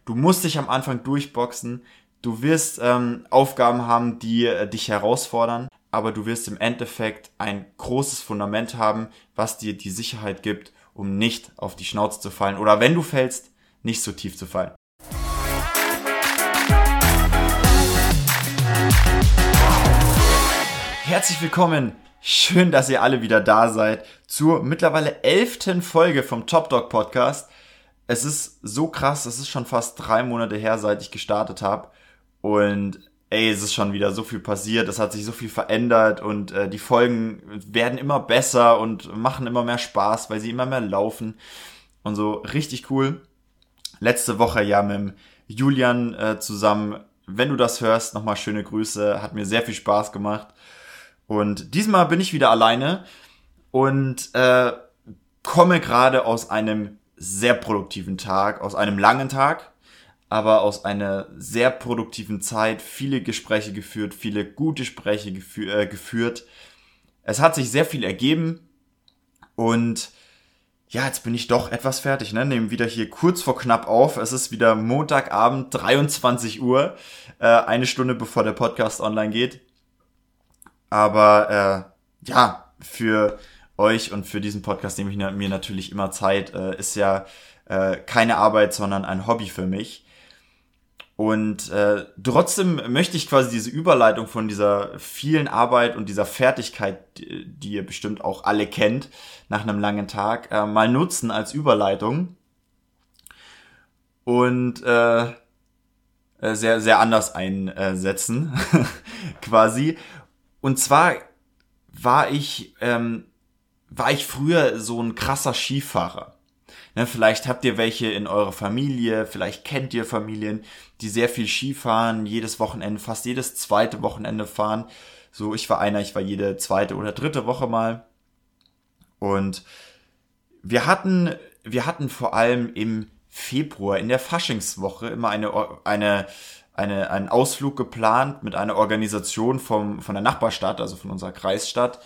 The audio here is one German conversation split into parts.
Du musst dich am Anfang durchboxen. Du wirst Aufgaben haben, die dich herausfordern, aber du wirst im Endeffekt ein großes Fundament haben, was dir die Sicherheit gibt, um nicht auf die Schnauze zu fallen oder wenn du fällst, nicht so tief zu fallen. Herzlich willkommen, schön, dass ihr alle wieder da seid zur mittlerweile 11. Folge vom Top Dog Podcast. Es ist so krass, es ist schon fast 3 Monate her, seit ich gestartet habe. Und es ist schon wieder so viel passiert, es hat sich so viel verändert und die Folgen werden immer besser und machen immer mehr Spaß, weil sie immer mehr laufen und so richtig cool. Letzte Woche ja mit dem Julian zusammen, wenn du das hörst, nochmal schöne Grüße, hat mir sehr viel Spaß gemacht. Und diesmal bin ich wieder alleine und komme gerade aus einem sehr produktiven Tag, aus einem langen Tag, aber aus einer sehr produktiven Zeit, viele Gespräche geführt, viele gute Gespräche geführt. Es hat sich sehr viel ergeben und ja, jetzt bin ich doch etwas fertig, ne? Nehmen wieder hier kurz vor knapp auf. Es ist wieder Montagabend, 23 Uhr, eine Stunde bevor der Podcast online geht. Aber ja, für euch und für diesen Podcast nehme ich mir natürlich immer Zeit. Ist ja keine Arbeit, sondern ein Hobby für mich. Und trotzdem möchte ich quasi diese Überleitung von dieser vielen Arbeit und dieser Fertigkeit, die ihr bestimmt auch alle kennt, nach einem langen Tag, mal nutzen als Überleitung. Und sehr, sehr anders einsetzen, quasi. Und zwar war ich früher so ein krasser Skifahrer. Ne, vielleicht habt ihr welche in eurer Familie, vielleicht kennt ihr Familien, die sehr viel Skifahren, jedes Wochenende, fast jedes zweite Wochenende fahren. So, ich war jede zweite oder dritte Woche mal. Und wir hatten vor allem im Februar, in der Faschingswoche, immer einen Ausflug geplant mit einer Organisation von der Nachbarstadt, also von unserer Kreisstadt.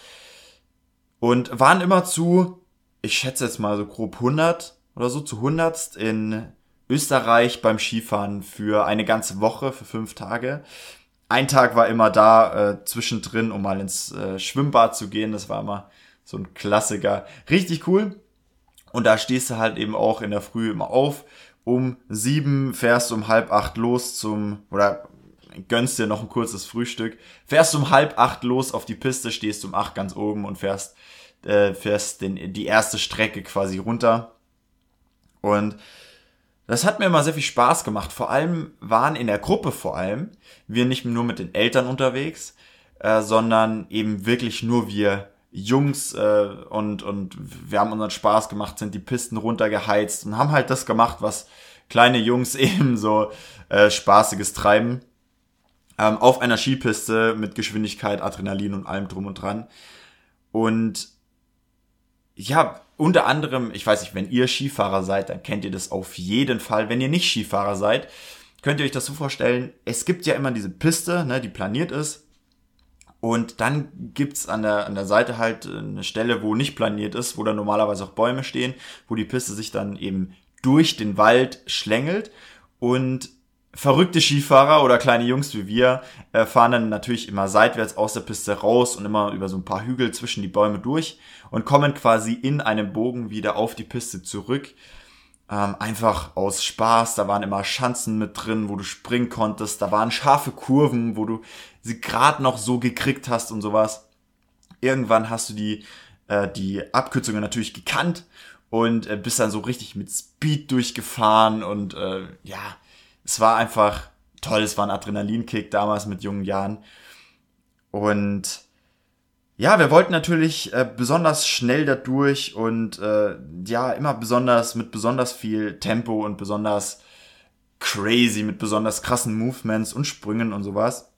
Und waren immer ich schätze jetzt mal so grob 100 oder so, zu 100 in Österreich beim Skifahren für eine ganze Woche, für 5 Tage. Ein Tag war immer da zwischendrin, um mal ins Schwimmbad zu gehen. Das war immer so ein Klassiker. Richtig cool. Und da stehst du halt eben auch in der Früh immer auf. Um 7 fährst du um 7:30 los oder gönnst dir noch ein kurzes Frühstück. Fährst um 7:30 los auf die Piste, stehst um 8 ganz oben und fährst die erste Strecke quasi runter. Und das hat mir immer sehr viel Spaß gemacht. Vor allem waren in der Gruppe wir nicht nur mit den Eltern unterwegs, sondern eben wirklich nur wir Jungs und wir haben unseren Spaß gemacht, sind die Pisten runtergeheizt und haben halt das gemacht, was kleine Jungs eben so Spaßiges treiben. Auf einer Skipiste mit Geschwindigkeit, Adrenalin und allem drum und dran. Und ja, unter anderem, ich weiß nicht, wenn ihr Skifahrer seid, dann kennt ihr das auf jeden Fall. Wenn ihr nicht Skifahrer seid, könnt ihr euch das so vorstellen, es gibt ja immer diese Piste, ne, die planiert ist. Und dann gibt's an der Seite halt eine Stelle, wo nicht planiert ist, wo dann normalerweise auch Bäume stehen, wo die Piste sich dann eben durch den Wald schlängelt. Und verrückte Skifahrer oder kleine Jungs wie wir fahren dann natürlich immer seitwärts aus der Piste raus und immer über so ein paar Hügel zwischen die Bäume durch und kommen quasi in einem Bogen wieder auf die Piste zurück. Einfach aus Spaß, da waren immer Schanzen mit drin, wo du springen konntest, da waren scharfe Kurven, wo du sie gerade noch so gekriegt hast und sowas. Irgendwann hast du die Abkürzungen natürlich gekannt und bist dann so richtig mit Speed durchgefahren und ja, es war einfach toll, es war ein Adrenalinkick damals mit jungen Jahren. Und ja, wir wollten natürlich besonders schnell da durch und ja, immer mit besonders viel Tempo und besonders crazy, mit besonders krassen Movements und Sprüngen und sowas.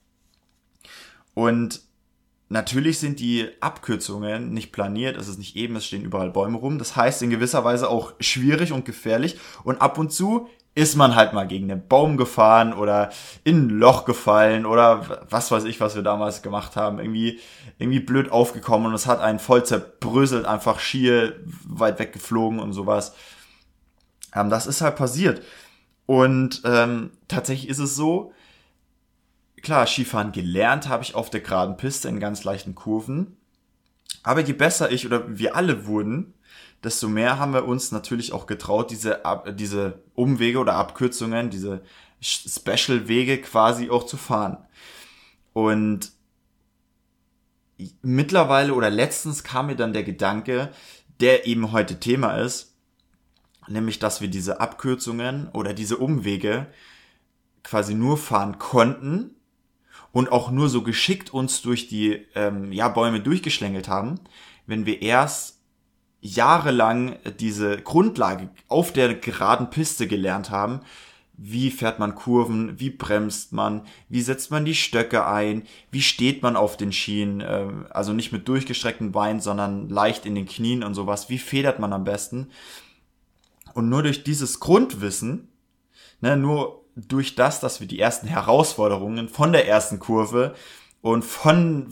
Und natürlich sind die Abkürzungen nicht planiert, es ist nicht eben, es stehen überall Bäume rum. Das heißt in gewisser Weise auch schwierig und gefährlich. Und ab und zu ist man halt mal gegen einen Baum gefahren oder in ein Loch gefallen oder was weiß ich, was wir damals gemacht haben. Irgendwie blöd aufgekommen und es hat einen voll zerbröselt, einfach schier weit weggeflogen und sowas. Das ist halt passiert. Und tatsächlich ist es so, klar, Skifahren gelernt habe ich auf der geraden Piste in ganz leichten Kurven. Aber je besser ich oder wir alle wurden, desto mehr haben wir uns natürlich auch getraut, diese Umwege oder Abkürzungen, diese Special-Wege quasi auch zu fahren. Und mittlerweile oder letztens kam mir dann der Gedanke, der eben heute Thema ist, nämlich, dass wir diese Abkürzungen oder diese Umwege quasi nur fahren konnten und auch nur so geschickt uns durch die Bäume durchgeschlängelt haben, wenn wir erst jahrelang diese Grundlage auf der geraden Piste gelernt haben. Wie fährt man Kurven, wie bremst man, wie setzt man die Stöcke ein, wie steht man auf den Schienen, also nicht mit durchgestreckten Beinen, sondern leicht in den Knien und sowas, wie federt man am besten. Und nur durch dieses Grundwissen, nur durch das, dass wir die ersten Herausforderungen von der ersten Kurve und von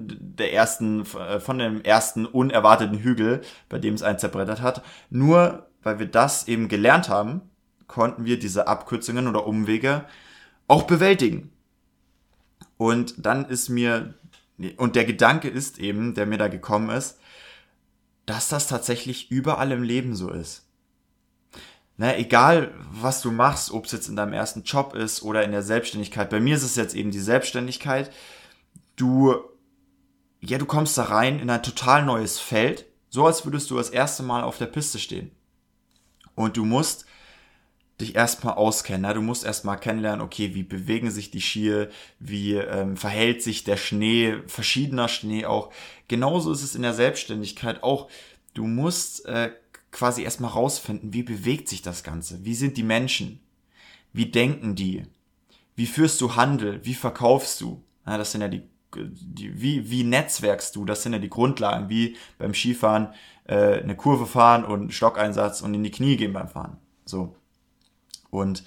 dem ersten unerwarteten Hügel, bei dem es einen zerbrettert hat, nur weil wir das eben gelernt haben, konnten wir diese Abkürzungen oder Umwege auch bewältigen. Und dann und der Gedanke ist eben, der mir da gekommen ist, dass das tatsächlich überall im Leben so ist. Egal was du machst, ob es jetzt in deinem ersten Job ist oder in der Selbstständigkeit. Bei mir ist es jetzt eben die Selbstständigkeit. Du kommst da rein in ein total neues Feld, so als würdest du das erste Mal auf der Piste stehen. Und du musst dich erstmal auskennen. Du musst erstmal kennenlernen, okay, wie bewegen sich die Skier, wie verhält sich der Schnee, verschiedener Schnee auch. Genauso ist es in der Selbstständigkeit auch. Du musst quasi erstmal rausfinden, wie bewegt sich das Ganze, wie sind die Menschen, wie denken die, wie führst du Handel, wie verkaufst du. Das sind ja wie netzwerkst du, das sind ja die Grundlagen, wie beim Skifahren eine Kurve fahren und Stockeinsatz und in die Knie gehen beim Fahren. So. Und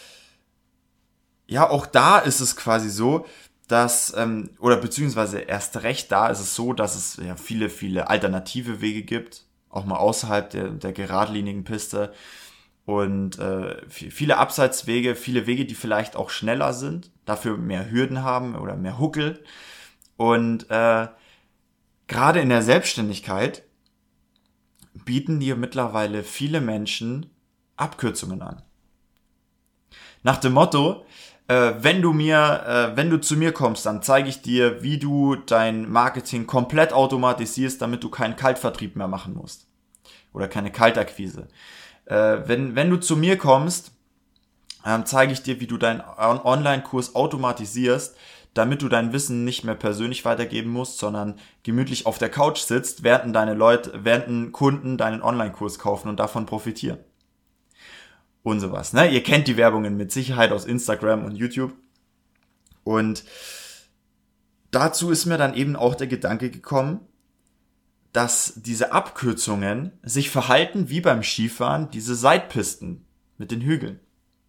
ja, auch da ist es quasi so, dass, oder beziehungsweise erst recht da ist es so, dass es ja viele, viele alternative Wege gibt, auch mal außerhalb der geradlinigen Piste und viele Abseitswege, viele Wege, die vielleicht auch schneller sind, dafür mehr Hürden haben oder mehr Huckel. Und gerade in der Selbstständigkeit bieten dir mittlerweile viele Menschen Abkürzungen an. Nach dem Motto, wenn du zu mir kommst, dann zeige ich dir, wie du dein Marketing komplett automatisierst, damit du keinen Kaltvertrieb mehr machen musst. Oder keine Kaltakquise. Wenn du zu mir kommst, zeige ich dir, wie du deinen Online-Kurs automatisierst, damit du dein Wissen nicht mehr persönlich weitergeben musst, sondern gemütlich auf der Couch sitzt, während Kunden deinen Online-Kurs kaufen und davon profitieren. Und sowas. Ihr kennt die Werbungen mit Sicherheit aus Instagram und YouTube. Und dazu ist mir dann eben auch der Gedanke gekommen, dass diese Abkürzungen sich verhalten wie beim Skifahren, diese Seitpisten mit den Hügeln.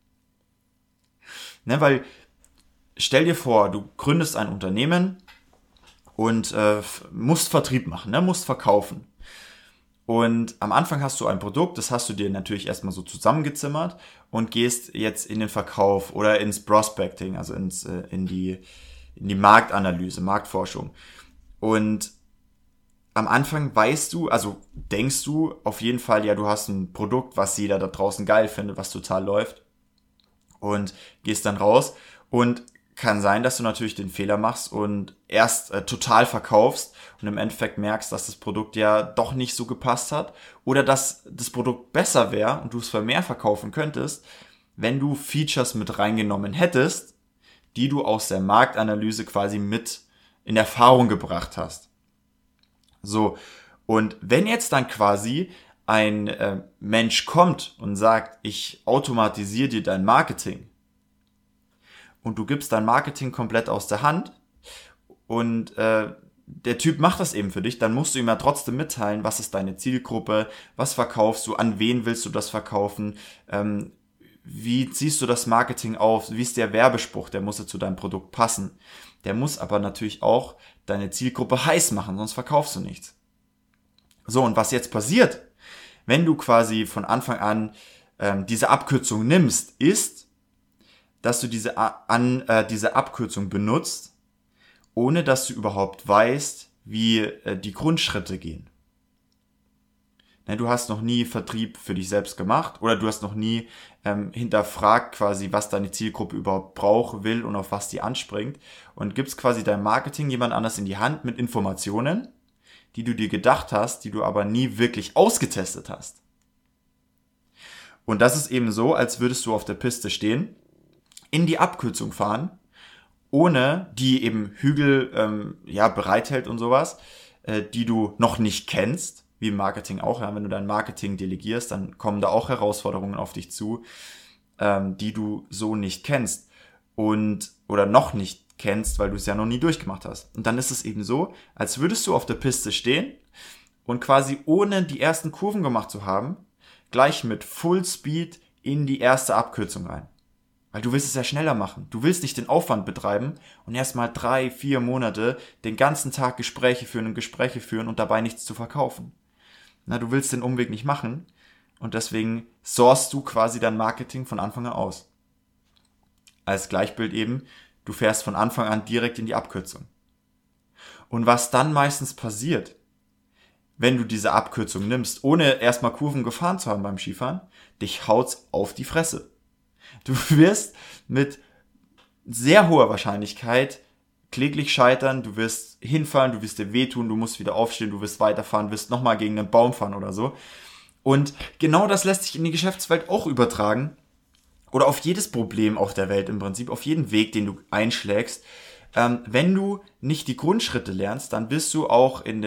Weil stell dir vor, du gründest ein Unternehmen und musst Vertrieb machen, musst verkaufen. Und am Anfang hast du ein Produkt, das hast du dir natürlich erstmal so zusammengezimmert und gehst jetzt in den Verkauf oder ins Prospecting, also in die Marktanalyse, Marktforschung. Und am Anfang denkst du auf jeden Fall, ja, du hast ein Produkt, was jeder da draußen geil findet, was total läuft und gehst dann raus und kann sein, dass du natürlich den Fehler machst und erst total verkaufst und im Endeffekt merkst, dass das Produkt ja doch nicht so gepasst hat oder dass das Produkt besser wäre und du es für mehr verkaufen könntest, wenn du Features mit reingenommen hättest, die du aus der Marktanalyse quasi mit in Erfahrung gebracht hast. So, und wenn jetzt dann quasi ein Mensch kommt und sagt, ich automatisiere dir dein Marketing und du gibst dein Marketing komplett aus der Hand und der Typ macht das eben für dich, dann musst du ihm ja trotzdem mitteilen, was ist deine Zielgruppe, was verkaufst du, an wen willst du das verkaufen, wie ziehst du das Marketing auf, wie ist der Werbespruch, der muss ja zu deinem Produkt passen. Der muss aber natürlich auch deine Zielgruppe heiß machen, sonst verkaufst du nichts. So, und was jetzt passiert, wenn du quasi von Anfang an diese Abkürzung nimmst, ist, dass du diese Abkürzung benutzt, ohne dass du überhaupt weißt, wie die Grundschritte gehen. Du hast noch nie Vertrieb für dich selbst gemacht oder du hast noch nie hinterfragt quasi, was deine Zielgruppe überhaupt braucht, will und auf was die anspringt und gibst quasi dein Marketing jemand anders in die Hand mit Informationen, die du dir gedacht hast, die du aber nie wirklich ausgetestet hast. Und das ist eben so, als würdest du auf der Piste stehen, in die Abkürzung fahren, ohne die eben Hügel bereithält und sowas, die du noch nicht kennst, wie im Marketing auch. Ja, wenn du dein Marketing delegierst, dann kommen da auch Herausforderungen auf dich zu, die du so nicht kennst oder noch nicht kennst, weil du es ja noch nie durchgemacht hast. Und dann ist es eben so, als würdest du auf der Piste stehen und quasi ohne die ersten Kurven gemacht zu haben, gleich mit Full Speed in die erste Abkürzung rein. Weil du willst es ja schneller machen. Du willst nicht den Aufwand betreiben und erstmal 3-4 Monate den ganzen Tag Gespräche führen und dabei nichts zu verkaufen. Du willst den Umweg nicht machen und deswegen sourcest du quasi dein Marketing von Anfang an aus. Als Gleichbild eben, du fährst von Anfang an direkt in die Abkürzung. Und was dann meistens passiert, wenn du diese Abkürzung nimmst, ohne erstmal Kurven gefahren zu haben beim Skifahren, dich haut's auf die Fresse. Du wirst mit sehr hoher Wahrscheinlichkeit kläglich scheitern, du wirst hinfallen, du wirst dir wehtun, du musst wieder aufstehen, du wirst weiterfahren, wirst nochmal gegen einen Baum fahren oder so. Und genau das lässt sich in die Geschäftswelt auch übertragen. Oder auf jedes Problem auf der Welt im Prinzip, auf jeden Weg, den du einschlägst. Wenn du nicht die Grundschritte lernst, dann wirst du auch im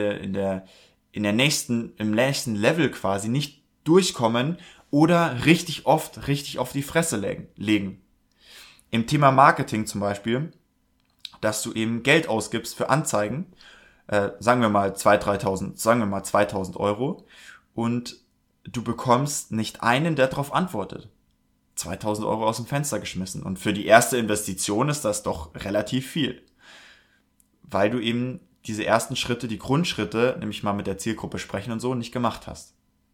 nächsten Level quasi nicht durchkommen oder richtig oft auf die Fresse legen. Im Thema Marketing zum Beispiel, dass du eben Geld ausgibst für Anzeigen, sagen wir mal 2.000 Euro und du bekommst nicht einen, der darauf antwortet. 2.000 Euro aus dem Fenster geschmissen. Und für die erste Investition ist das doch relativ viel. Weil du eben diese ersten Schritte, die Grundschritte, nämlich mal mit der Zielgruppe sprechen und so, nicht gemacht hast.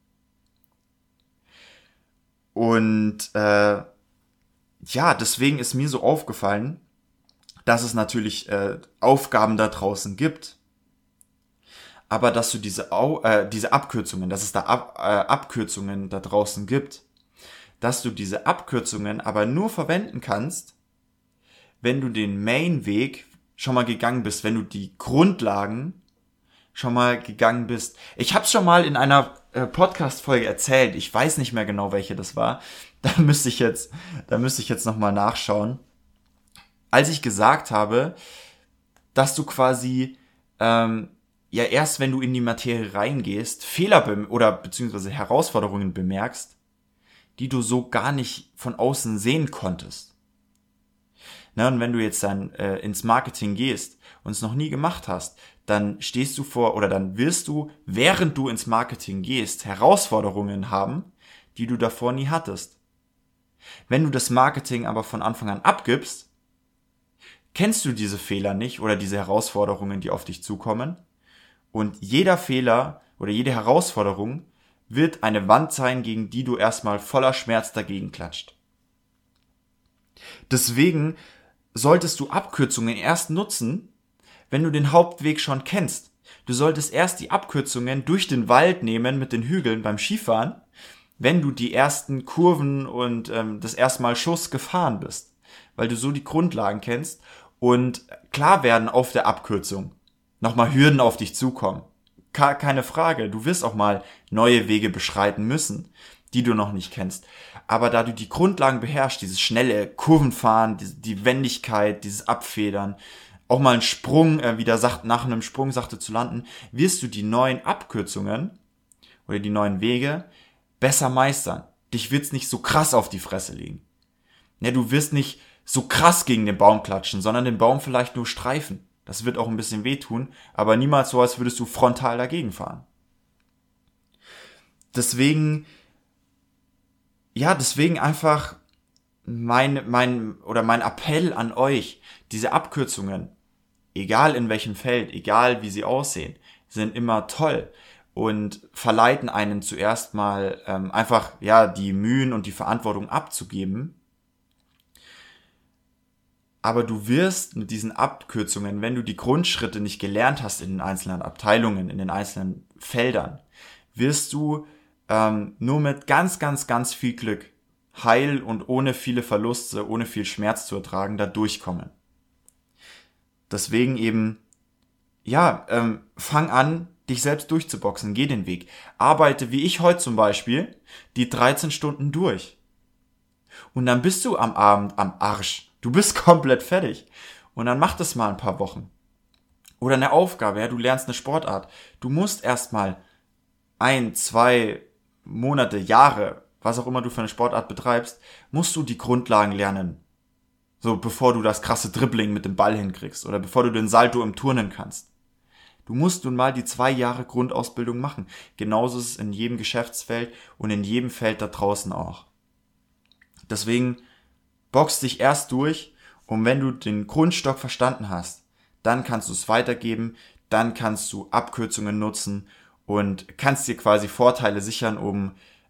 Und deswegen ist mir so aufgefallen, dass es natürlich Aufgaben da draußen gibt, aber dass du diese Abkürzungen, dass es da Abkürzungen da draußen gibt, dass du diese Abkürzungen aber nur verwenden kannst, wenn du den Main-Weg schon mal gegangen bist, wenn du die Grundlagen schon mal gegangen bist. Ich habe es schon mal in einer Podcast-Folge erzählt, ich weiß nicht mehr genau, welche das war, da müsste ich jetzt nochmal nachschauen. Als ich gesagt habe, dass du quasi erst wenn du in die Materie reingehst, Fehler beziehungsweise Herausforderungen bemerkst, die du so gar nicht von außen sehen konntest. Und wenn du jetzt dann ins Marketing gehst und es noch nie gemacht hast, dann stehst du dann wirst du, während du ins Marketing gehst, Herausforderungen haben, die du davor nie hattest. Wenn du das Marketing aber von Anfang an abgibst, kennst du diese Fehler nicht oder diese Herausforderungen, die auf dich zukommen. Und jeder Fehler oder jede Herausforderung wird eine Wand sein, gegen die du erstmal voller Schmerz dagegen klatscht. Deswegen solltest du Abkürzungen erst nutzen, wenn du den Hauptweg schon kennst. Du solltest erst die Abkürzungen durch den Wald nehmen mit den Hügeln beim Skifahren, wenn du die ersten Kurven und das erste Mal Schuss gefahren bist, weil du so die Grundlagen kennst und klar werden auf der Abkürzung nochmal Hürden auf dich zukommen. Keine Frage, du wirst auch mal neue Wege beschreiten müssen, die du noch nicht kennst. Aber da du die Grundlagen beherrschst, dieses schnelle Kurvenfahren, die Wendigkeit, dieses Abfedern, auch mal einen Sprung, nach einem Sprung sachte zu landen, wirst du die neuen Abkürzungen oder die neuen Wege besser meistern. Dich wird's nicht so krass auf die Fresse legen. Ja, du wirst nicht so krass gegen den Baum klatschen, sondern den Baum vielleicht nur streifen. Das wird auch ein bisschen wehtun, aber niemals so, als würdest du frontal dagegen fahren. Deswegen einfach mein Appell an euch, diese Abkürzungen, egal in welchem Feld, egal wie sie aussehen, sind immer toll. und verleiten einen zuerst mal einfach ja die Mühen und die Verantwortung abzugeben. Aber du wirst mit diesen Abkürzungen, wenn du die Grundschritte nicht gelernt hast in den einzelnen Abteilungen, in den einzelnen Feldern, wirst du nur mit ganz, ganz, ganz viel Glück, heil und ohne viele Verluste, ohne viel Schmerz zu ertragen, da durchkommen. Deswegen eben, ja, fang an, dich selbst durchzuboxen, geh den Weg. Arbeite, wie ich heute zum Beispiel, die 13 Stunden durch. Und dann bist du am Abend am Arsch. Du bist komplett fertig. Und dann mach das mal ein paar Wochen. Oder eine Aufgabe, ja, du lernst eine Sportart. Du musst erstmal 1, 2 Monate, Jahre, was auch immer du für eine Sportart betreibst, musst du die Grundlagen lernen. So, bevor du das krasse Dribbling mit dem Ball hinkriegst oder bevor du den Salto im Turnen kannst. Du musst nun mal die 2 Jahre Grundausbildung machen. Genauso ist es in jedem Geschäftsfeld und in jedem Feld da draußen auch. Deswegen box dich erst durch und wenn du den Grundstock verstanden hast, dann kannst du es weitergeben, dann kannst du Abkürzungen nutzen und kannst dir quasi Vorteile sichern, um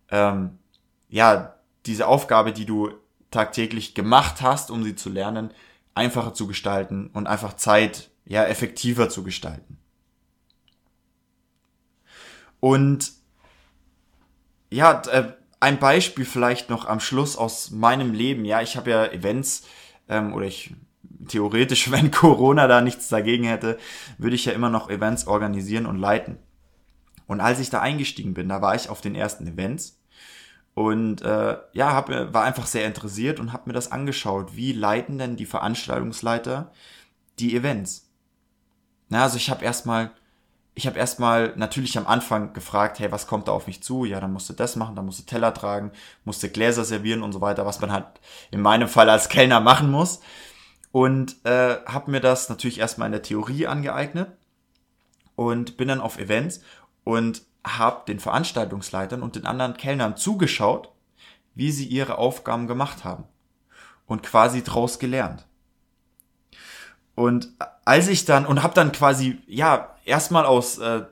diese Aufgabe, die du tagtäglich gemacht hast, um sie zu lernen, einfacher zu gestalten und einfach Zeit effektiver zu gestalten. Und ja, ein Beispiel vielleicht noch am Schluss aus meinem Leben. Ja, ich habe ja Events, theoretisch, wenn Corona da nichts dagegen hätte, würde ich ja immer noch Events organisieren und leiten. Und als ich da eingestiegen bin, da war ich auf den ersten Events und war einfach sehr interessiert und habe mir das angeschaut. Wie leiten denn die Veranstaltungsleiter die Events? Na, also ich habe erstmal natürlich am Anfang gefragt, hey, was kommt da auf mich zu? Ja, dann musst du das machen, dann musst du Teller tragen, musst du Gläser servieren und so weiter, was man halt in meinem Fall als Kellner machen muss. Und habe mir das natürlich erstmal in der Theorie angeeignet und bin dann auf Events und habe den Veranstaltungsleitern und den anderen Kellnern zugeschaut, wie sie ihre Aufgaben gemacht haben und quasi draus gelernt. Und als ich dann, und habe dann quasi, erstmal aus der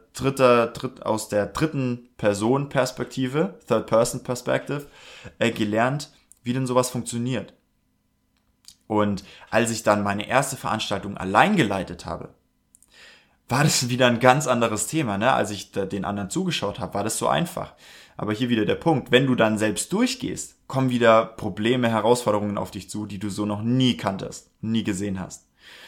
dritten Person Perspektive, Third Person Perspective, gelernt, wie denn sowas funktioniert. Und als ich dann meine erste Veranstaltung allein geleitet habe, war das wieder ein ganz anderes Thema, ne? Als ich den anderen zugeschaut habe, war das so einfach. Aber hier wieder der Punkt, wenn du dann selbst durchgehst, kommen wieder Probleme, Herausforderungen auf dich zu, die du so noch nie kanntest, nie gesehen hast.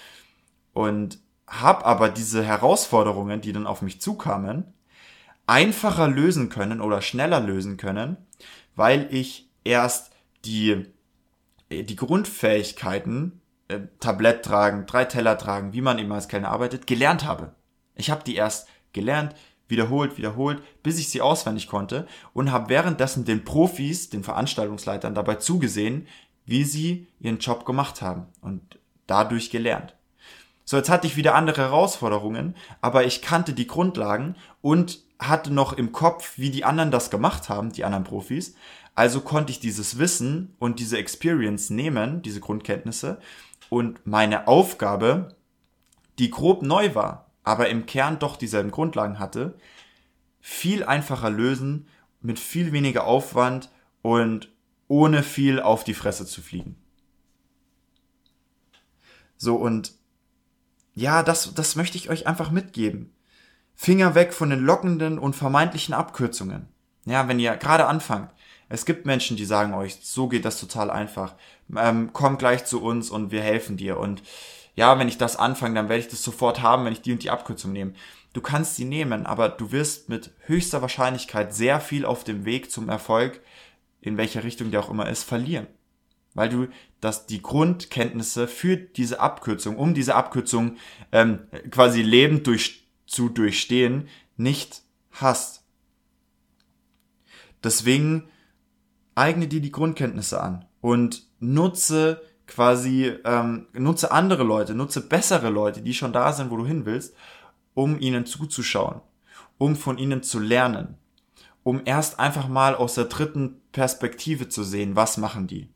Und habe aber diese Herausforderungen, die dann auf mich zukamen, einfacher lösen können oder schneller lösen können, weil ich erst die Grundfähigkeiten, Tablett tragen, 3 Teller tragen, wie man eben als Kellner arbeitet, gelernt habe. Ich habe die erst gelernt, wiederholt, bis ich sie auswendig konnte und habe währenddessen den Profis, den Veranstaltungsleitern dabei zugesehen, wie sie ihren Job gemacht haben und dadurch gelernt. So, jetzt hatte ich wieder andere Herausforderungen, aber ich kannte die Grundlagen und hatte noch im Kopf, wie die anderen das gemacht haben, die anderen Profis. Also konnte ich dieses Wissen und diese Experience nehmen, diese Grundkenntnisse, und meine Aufgabe, die grob neu war, aber im Kern doch dieselben Grundlagen hatte, viel einfacher lösen, mit viel weniger Aufwand und ohne viel auf die Fresse zu fliegen. So, und ja, das möchte ich euch einfach mitgeben. Finger weg von den lockenden und vermeintlichen Abkürzungen. Ja, wenn ihr gerade anfangt. Es gibt Menschen, die sagen euch, so geht das total einfach. Komm gleich zu uns und wir helfen dir. Und ja, wenn ich das anfange, dann werde ich das sofort haben, wenn ich die und die Abkürzung nehme. Du kannst sie nehmen, aber du wirst mit höchster Wahrscheinlichkeit sehr viel auf dem Weg zum Erfolg, in welcher Richtung der auch immer ist, verlieren. Weil du die Grundkenntnisse für diese Abkürzung, um diese Abkürzung quasi lebend zu durchstehen, nicht hast. Deswegen eigne dir die Grundkenntnisse an und nutze andere Leute, nutze bessere Leute, die schon da sind, wo du hin willst, um ihnen zuzuschauen, um von ihnen zu lernen, um erst einfach mal aus der dritten Perspektive zu sehen, was machen die.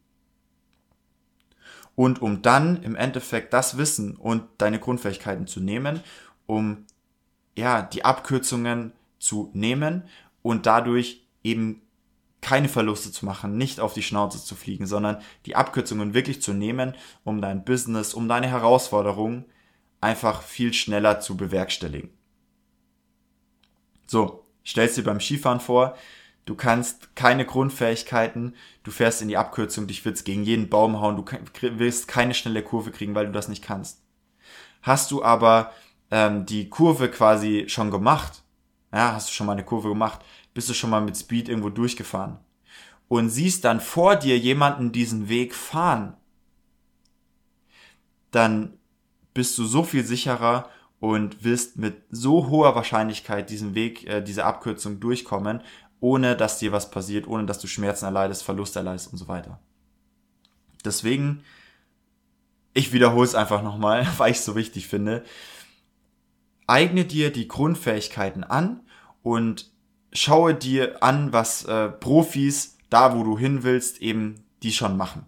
Und um dann im Endeffekt das Wissen und deine Grundfähigkeiten zu nehmen, um die Abkürzungen zu nehmen und dadurch eben keine Verluste zu machen, nicht auf die Schnauze zu fliegen, sondern die Abkürzungen wirklich zu nehmen, um dein Business, um deine Herausforderungen einfach viel schneller zu bewerkstelligen. So, stellst dir beim Skifahren vor, du kannst keine Grundfähigkeiten, du fährst in die Abkürzung, dich willst gegen jeden Baum hauen, du willst keine schnelle Kurve kriegen, weil du das nicht kannst. Hast du aber die Kurve quasi schon gemacht, ja, hast du schon mal eine Kurve gemacht, bist du schon mal mit Speed irgendwo durchgefahren und siehst dann vor dir jemanden diesen Weg fahren, dann bist du so viel sicherer und wirst mit so hoher Wahrscheinlichkeit diesen Weg, diese Abkürzung durchkommen, ohne dass dir was passiert, ohne dass du Schmerzen erleidest, Verlust erleidest und so weiter. Deswegen, ich wiederhole es einfach nochmal, weil ich es so wichtig finde, eigne dir die Grundfähigkeiten an und schaue dir an, was Profis, da wo du hin willst, eben die schon machen.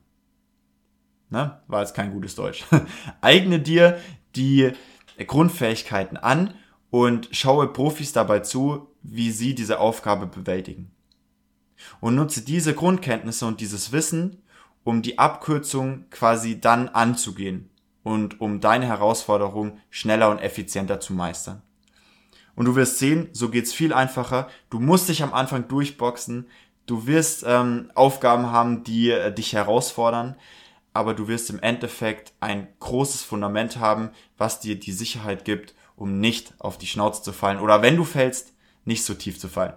Ne? War jetzt kein gutes Deutsch. Eigne dir die Grundfähigkeiten an und schaue Profis dabei zu, wie sie diese Aufgabe bewältigen. Und nutze diese Grundkenntnisse und dieses Wissen, um die Abkürzung quasi dann anzugehen und um deine Herausforderung schneller und effizienter zu meistern. Und du wirst sehen, so geht's viel einfacher. Du musst dich am Anfang durchboxen. Du wirst Aufgaben haben, die dich herausfordern. Aber du wirst im Endeffekt ein großes Fundament haben, was dir die Sicherheit gibt, um nicht auf die Schnauze zu fallen. Oder wenn du fällst, nicht so tief zu fallen.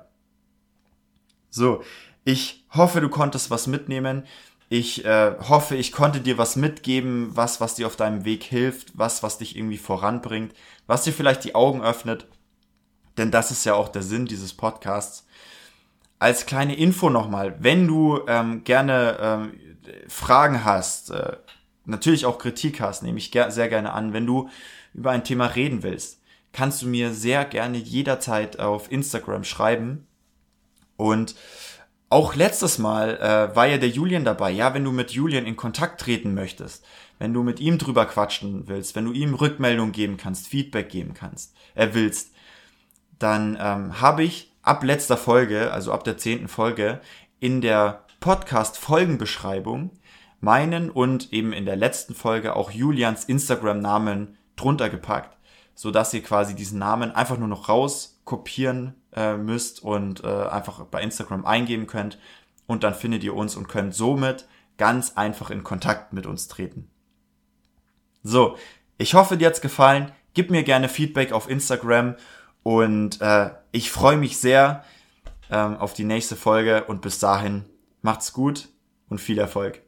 So, ich hoffe, du konntest was mitnehmen. Ich hoffe, ich konnte dir was mitgeben, was dir auf deinem Weg hilft, was dich irgendwie voranbringt, was dir vielleicht die Augen öffnet. Denn das ist ja auch der Sinn dieses Podcasts. Als kleine Info nochmal, wenn du gerne Fragen hast, natürlich auch Kritik hast, nehme ich sehr gerne an. Wenn du über ein Thema reden willst, kannst du mir sehr gerne jederzeit auf Instagram schreiben. Und auch letztes Mal war ja der Julian dabei. Ja, wenn du mit Julian in Kontakt treten möchtest, wenn du mit ihm drüber quatschen willst, wenn du ihm Rückmeldung geben kannst, Feedback geben willst, dann habe ich ab letzter Folge, also ab der 10. Folge, in der Podcast-Folgenbeschreibung meinen und eben in der letzten Folge auch Julians Instagram-Namen drunter gepackt, sodass ihr quasi diesen Namen einfach nur noch rauskopieren müsst und einfach bei Instagram eingeben könnt und dann findet ihr uns und könnt somit ganz einfach in Kontakt mit uns treten. So, ich hoffe, dir hat's gefallen. Gib mir gerne Feedback auf Instagram und ich freue mich sehr auf die nächste Folge und bis dahin macht's gut und viel Erfolg.